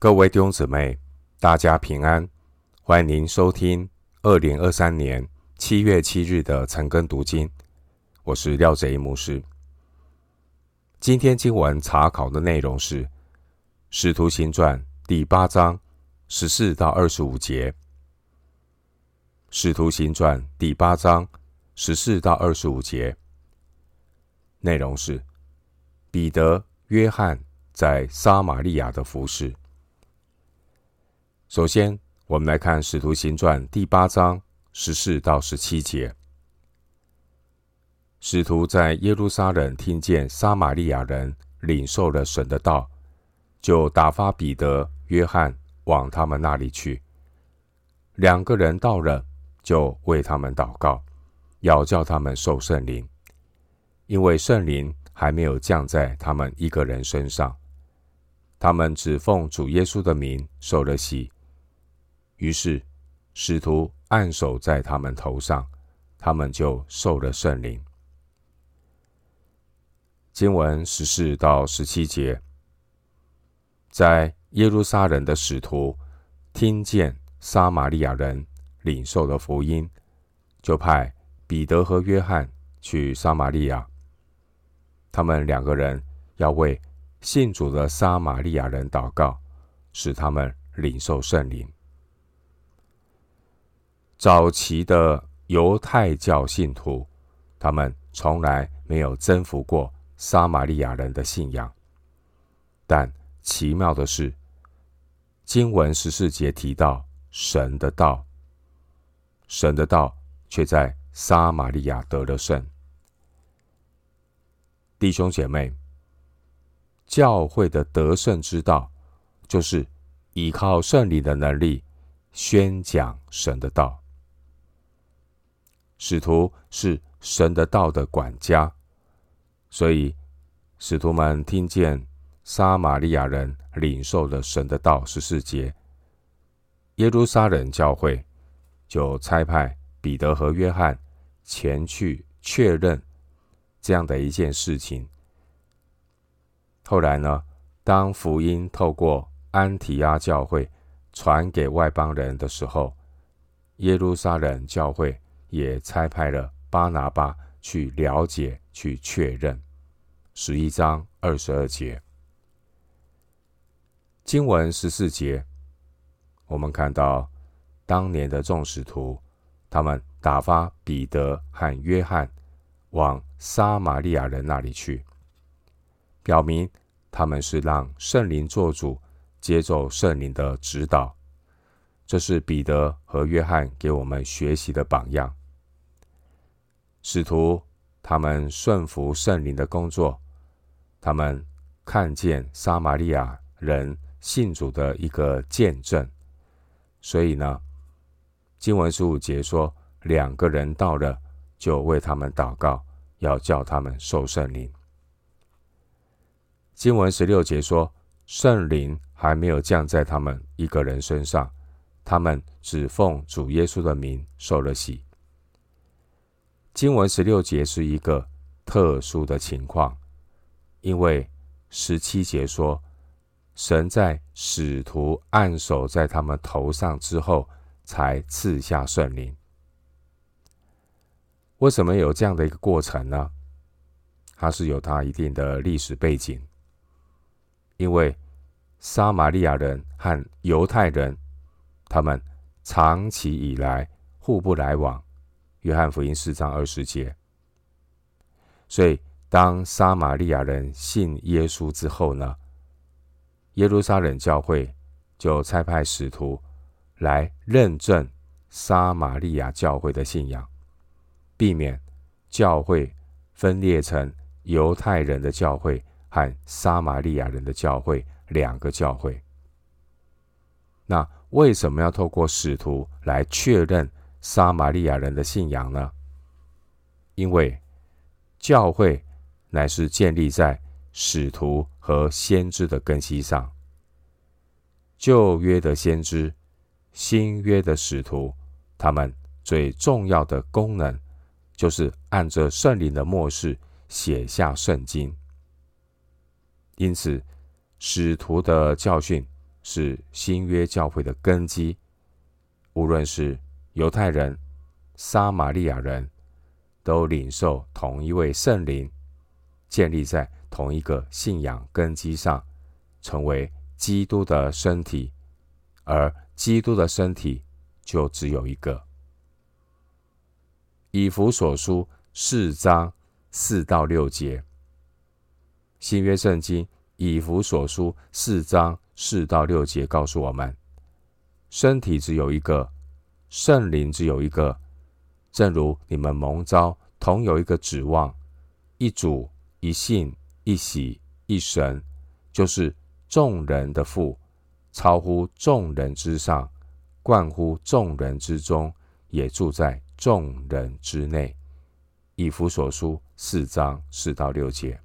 各位弟兄姊妹，大家平安，欢迎您收听2023年7月7日的晨更读经。我是廖贼一牧师。今天经文查考的内容是《使徒行传》第8章14到25节。《使徒行传》第8章14到25节，内容是彼得、约翰在撒玛利亚的服事。首先，我们来看《使徒行传》第8章14到17节。使徒在耶路撒冷听见撒玛利亚人领受了神的道，就打发彼得、约翰往他们那里去。2个人到了，就为他们祷告，要叫他们受圣灵，因为圣灵还没有降在他们一个人身上。他们只奉主耶稣的名受了洗。于是使徒按手在他们头上，他们就受了圣灵。经文14到17节，在耶路撒冷的使徒听见撒玛利亚人领受了福音，就派彼得和约翰去撒玛利亚。他们2个人要为信主的撒玛利亚人祷告，使他们领受圣灵。早期的犹太教信徒，他们从来没有征服过撒玛利亚人的信仰。但奇妙的是，经文14节提到神的道，神的道却在撒玛利亚得了胜。弟兄姐妹，教会的得胜之道，就是依靠圣灵的能力，宣讲神的道。使徒是神的道的管家，所以使徒们听见撒玛利亚人领受了神的道14节，耶路撒冷教会就差派彼得和约翰前去确认这样的一件事情。后来呢，当福音透过安提阿教会传给外邦人的时候，耶路撒冷教会也差派了巴拿巴去了解、去确认。11章22节，经文14节，我们看到当年的众使徒，他们打发彼得和约翰往撒玛利亚人那里去，表明他们是让圣灵做主，接受圣灵的指导。这是彼得和约翰给我们学习的榜样。使徒他们顺服圣灵的工作，他们看见撒玛利亚人信主的一个见证，所以呢，经文15节说，2个人到了，就为他们祷告，要叫他们受圣灵。经文16节说，圣灵还没有降在他们一个人身上，他们只奉主耶稣的名受了洗。经文16节是一个特殊的情况，因为17节说，神在使徒按手在他们头上之后，才赐下圣灵。为什么有这样的一个过程呢？它是有它一定的历史背景。因为撒玛利亚人和犹太人，他们长期以来互不来往，约翰福音4章20节。所以当撒玛利亚人信耶稣之后呢，耶路撒冷教会就差派使徒来认证撒玛利亚教会的信仰，避免教会分裂成犹太人的教会和撒玛利亚人的教会2个教会。那为什么要透过使徒来确认撒玛利亚人的信仰呢？因为教会乃是建立在使徒和先知的根基上。旧约的先知、新约的使徒，他们最重要的功能就是按着圣灵的默示写下圣经。因此，使徒的教训是新约教会的根基。无论是犹太人、撒玛利亚人，都领受同一位圣灵，建立在同一个信仰根基上，成为基督的身体，而基督的身体就只有一个。以弗所书4章4到6节，新约圣经以弗所书4章4到6节告诉我们，身体只有一个，圣灵只有一个，正如你们蒙召同有一个指望，一主、一信、一洗、一神，就是众人的父，超乎众人之上，冠乎众人之中，也住在众人之内。以弗所书4章4到6节。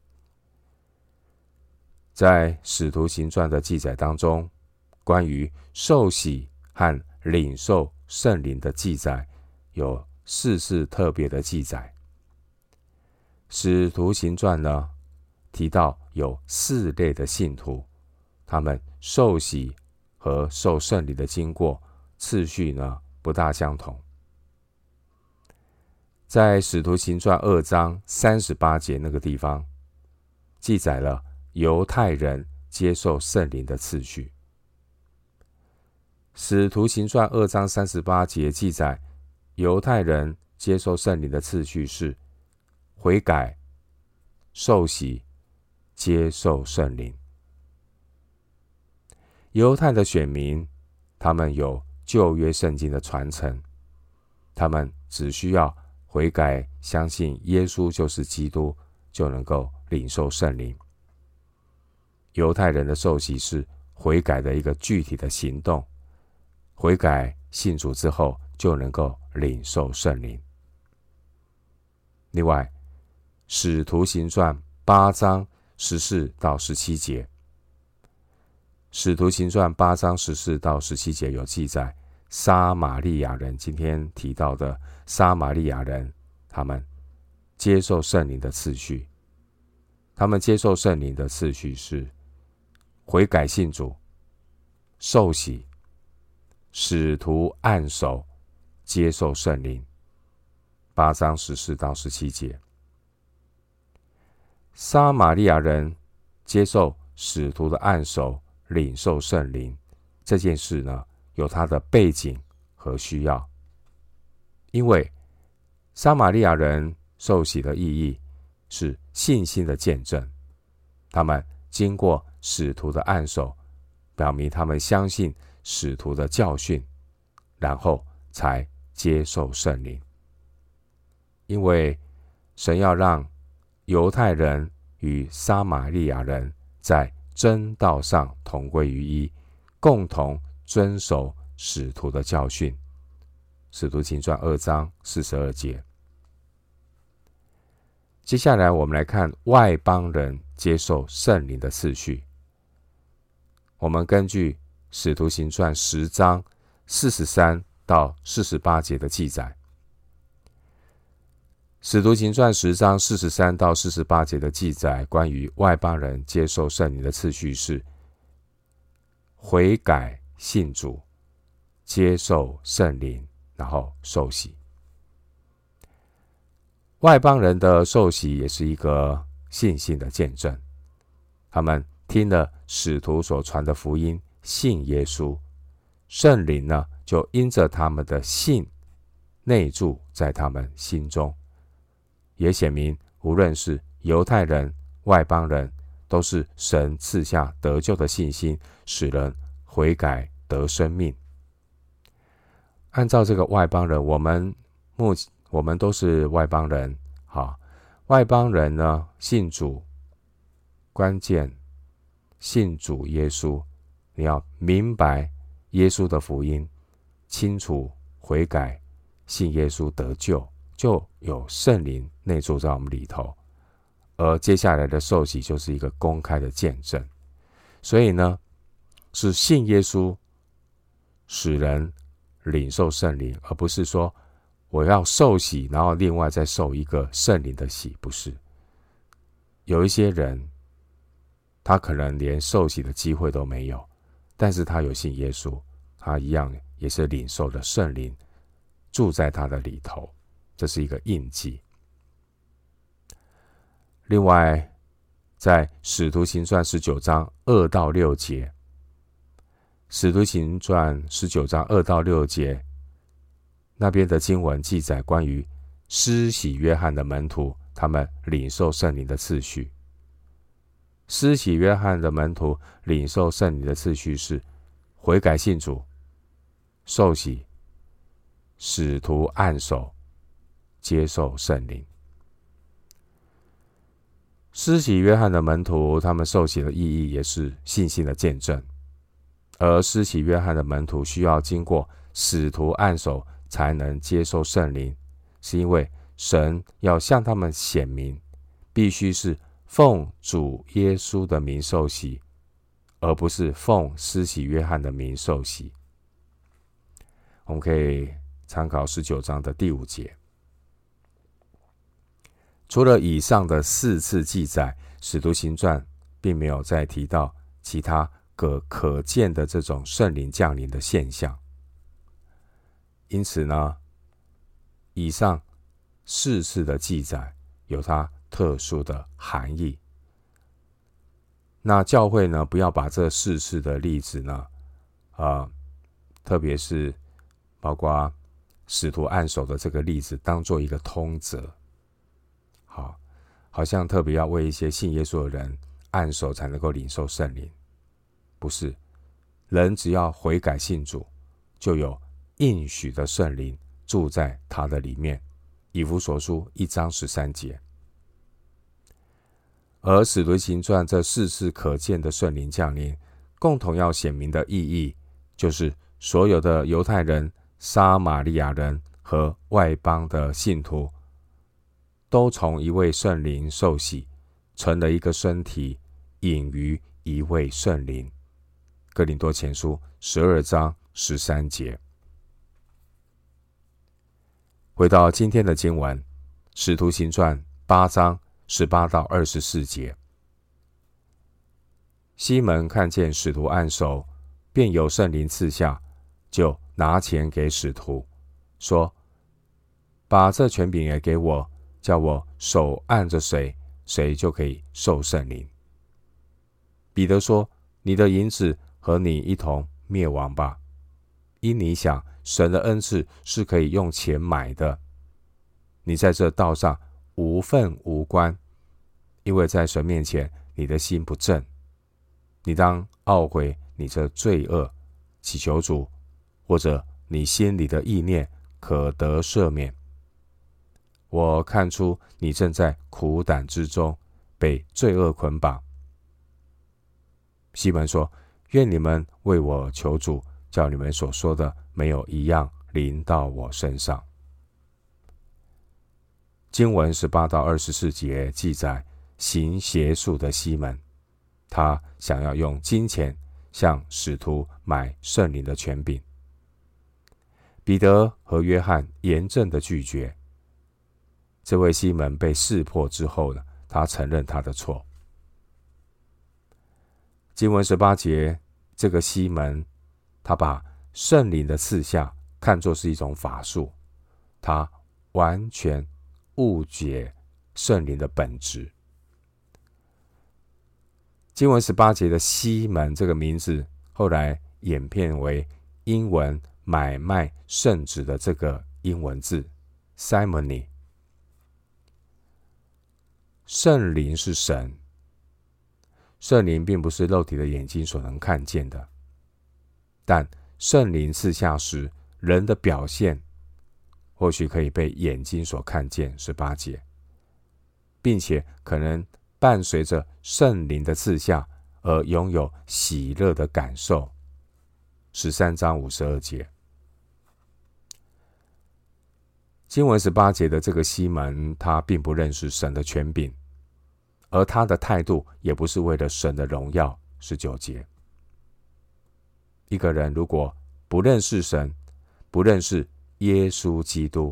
在使徒行传的记载当中，关于受洗和领受圣灵的记载有4次特别的记载。使徒行传呢，提到有4类的信徒，他们受洗和受圣灵的经过次序呢不大相同。在使徒行传2章38节那个地方，记载了犹太人接受圣灵的次序。使徒行传2章38节记载，犹太人接受圣灵的次序是悔改、受洗、接受圣灵。犹太的选民，他们有旧约圣经的传承，他们只需要悔改，相信耶稣就是基督，就能够领受圣灵。犹太人的受洗是悔改的一个具体的行动，悔改信主之后就能够领受圣灵。另外，使徒行传8章14到17节，使徒行传8章14到17节有记载，撒玛利亚人，今天提到的撒玛利亚人，他们接受圣灵的次序。他们接受圣灵的次序是悔改信主、受洗、使徒按手、接受圣灵。8章14到17节。撒玛利亚人接受使徒的按手，领受圣灵，这件事呢，有它的背景和需要。因为撒玛利亚人受洗的意义是信心的见证，他们经过使徒的按手，表明他们相信使徒的教训，然后才接受圣灵。因为神要让犹太人与撒玛利亚人在真道上同归于一，共同遵守使徒的教训。使徒行传2章42节。接下来我们来看外邦人接受圣灵的次序。我们根据使徒行传10章43到48节的记载，使徒行传10章43到48节的记载，关于外邦人接受圣灵的次序是悔改信主、接受圣灵，然后受洗。外邦人的受洗也是一个信心的见证，他们听了使徒所传的福音，信耶稣，圣灵呢就因着他们的信内住在他们心中，也显明无论是犹太人、外邦人，都是神赐下得救的信心，使人悔改得生命。按照这个外邦人，我们都是外邦人。好，外邦人呢，信主，关键信主耶稣，你要明白耶稣的福音，清楚悔改，信耶稣得救，就有圣灵内住在我们里头。而接下来的受洗就是一个公开的见证。所以呢，是信耶稣使人领受圣灵，而不是说我要受洗，然后另外再受一个圣灵的洗，不是。有一些人，他可能连受洗的机会都没有， 但是他有信耶稣，他一样也是领受了圣灵住在他的里头，这是一个印记。另外，在使徒行传19章2到6节，使徒行传19章2到6节那边的经文记载关于施洗约翰的门徒他们领受圣灵的次序。施洗约翰的门徒领受圣灵的次序是悔改信主、受洗、使徒按手、接受圣灵。施洗约翰的门徒他们受洗的意义也是信心的见证，而施洗约翰的门徒需要经过使徒按手才能接受圣灵，是因为神要向他们显明，必须是奉主耶稣的名受洗，而不是奉施洗约翰的名受洗。我们可以参考19章的第5节。除了以上的4次记载，使徒行传并没有再提到其他可见的这种圣灵降临的现象。因此呢，以上4次的记载有它特殊的含义。那教会呢，不要把这4次的例子呢，特别是包括使徒按手的这个例子，当做一个通则。好像特别要为一些信耶稣的人按手才能够领受圣灵，不是。人只要悔改信主，就有应许的圣灵住在他的里面。以弗所书1章13节。而使徒行传这4次可见的圣灵降临，共同要显明的意义，就是所有的犹太人、撒玛利亚人和外邦的信徒都从一位圣灵受洗，成了一个身体，隐于一位圣灵。哥林多前书12章13节。回到今天的经文，使徒行传8章18到24节。西门看见使徒按手，便有圣灵赐下，就拿钱给使徒，说：把这权柄也给我，叫我手按着谁，谁就可以受圣灵。彼得说：你的银子和你一同灭亡吧，因你想神的恩赐是可以用钱买的。你在这道上无份无关，因为在神面前你的心不正。你当懊悔你这罪恶，祈求主，或者你心里的意念可得赦免。我看出你正在苦胆之中，被罪恶捆绑。西门说：愿你们为我求主，叫你们所说的没有一样临到我身上。经文18到24节记载行邪术的西门，他想要用金钱向使徒买圣灵的权柄。彼得和约翰严正的拒绝。这位西门被识破之后呢，他承认他的错。经文18节，这个西门他把圣灵的赐下看作是一种法术，他完全误解圣灵的本质。经文18节的西门这个名字，后来演变为英文买卖圣旨的这个英文字 simony。 圣灵是神，圣灵并不是肉体的眼睛所能看见的，但圣灵赐下时，人的表现或许可以被眼睛所看见18节，并且可能伴随着圣灵的赐下而拥有喜乐的感受13章52节。经文18节的这个西门，他并不认识神的权柄，而他的态度也不是为了神的荣耀19节。一个人如果不认识神，不认识耶稣基督，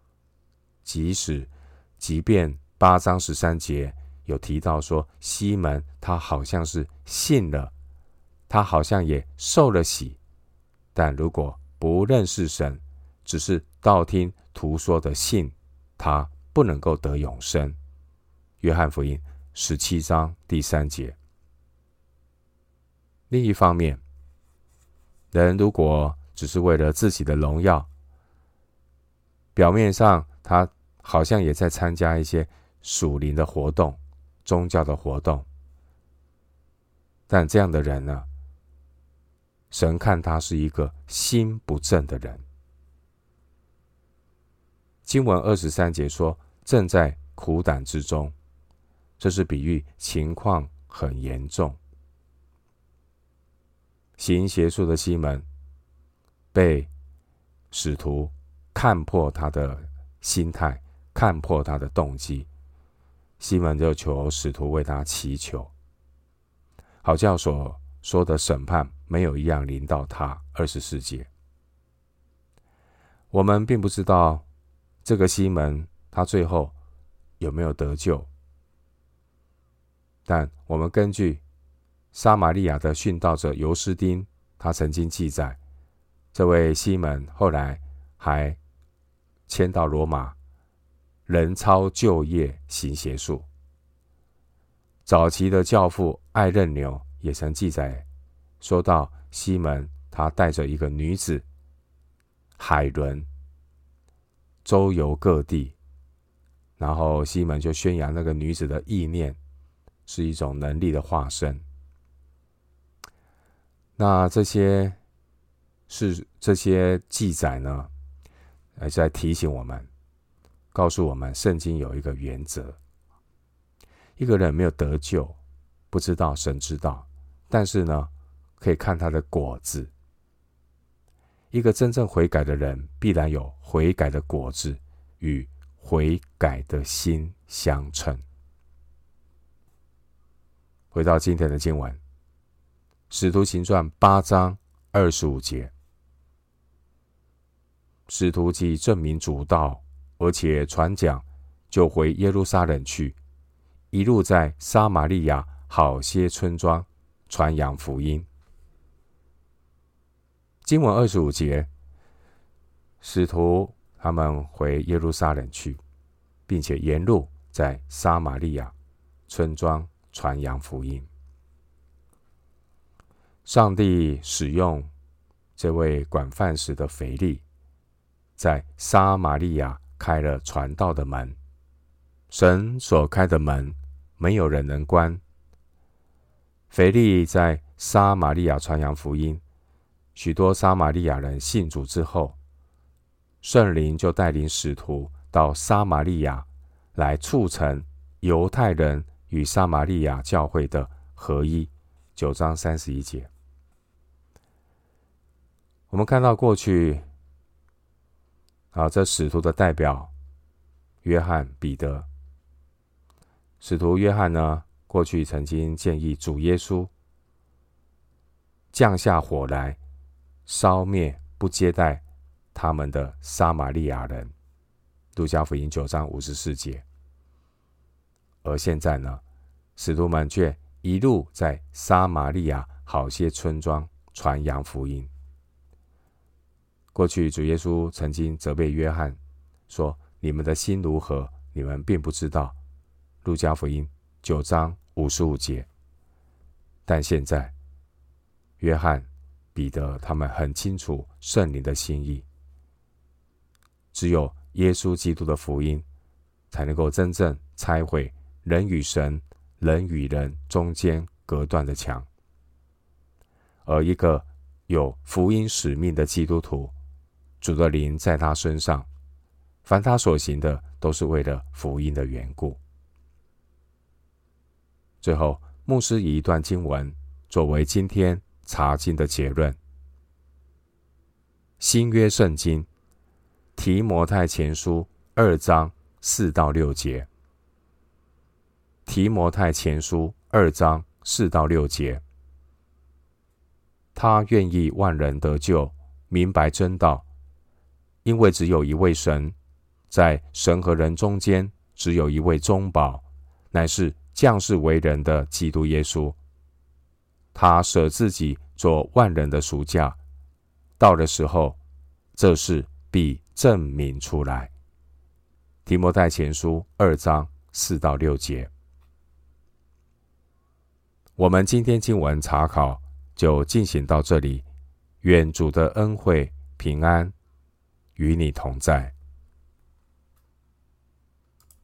即便8章13节有提到说西门他好像是信了， 他好像也受了洗，但如果不认识神，只是道听途说的信，他不能够得永生。约翰福音17章第3节。另一方面，人如果只是为了自己的荣耀，表面上他好像也在参加一些属灵的活动、宗教的活动，但这样的人呢，神看他是一个心不正的人。经文23节说，正在苦胆之中，这是比喻情况很严重。行邪术的西门被使徒看破他的心态，看破他的动机，西门就求使徒为他祈求，好叫所说的审判没有一样临到他。24节，我们并不知道这个西门他最后有没有得救，但我们根据撒玛利亚的殉道者尤斯丁，他曾经记载，这位西门后来还迁到罗马，人操旧业行邪术。早期的教父艾任纽也曾记载说到，西门他带着一个女子海伦周游各地，然后西门就宣扬那个女子的意念是一种能力的化身。那这些记载呢，在提醒我们，告诉我们圣经有一个原则，一个人没有得救，不知道，神知道，但是呢，可以看他的果子。一个真正悔改的人，必然有悔改的果子，与悔改的心相称。回到今天的经文，使徒行传8章25节，使徒既证明主道，而且传讲，就回耶路撒冷去，一路在撒玛利亚好些村庄传扬福音。经文25节，使徒他们回耶路撒冷去，并且沿路在撒玛利亚村庄传扬福音。上帝使用这位管饭食的腓利，在撒玛利亚开了传道的门。神所开的门，没有人能关。腓利在撒玛利亚传扬福音，许多撒玛利亚人信主之后，圣灵就带领使徒到撒玛利亚，来促成犹太人与撒玛利亚教会的合一。9章31节。我们看到过去这使徒的代表约翰、彼得。使徒约翰呢，过去曾经建议主耶稣降下火来，烧灭不接待他们的撒玛利亚人。路加福音9章54节。而现在呢，使徒们却一路在撒玛利亚好些村庄传扬福音。过去主耶稣曾经责备约翰说，你们的心如何，你们并不知道。路加福音9章55节。但现在约翰、彼得他们很清楚圣灵的心意，只有耶稣基督的福音才能够真正拆毁人与神、人与人中间隔断的墙。而一个有福音使命的基督徒，主的灵在他身上，凡他所行的都是为了福音的缘故。最后，牧师以一段经文作为今天查经的结论。新约圣经提摩太前书2章4到6节。提摩太前书2章4到6节。他愿意万人得救，明白真道，因为只有一位神，在神和人中间只有一位中保，乃是降世为人的基督耶稣。 他舍自己做万人的赎价，到的时候，这事必证明出来。提摩太前书2章4到6节。我们今天经文查考就进行到这里，愿主的恩惠平安与你同在。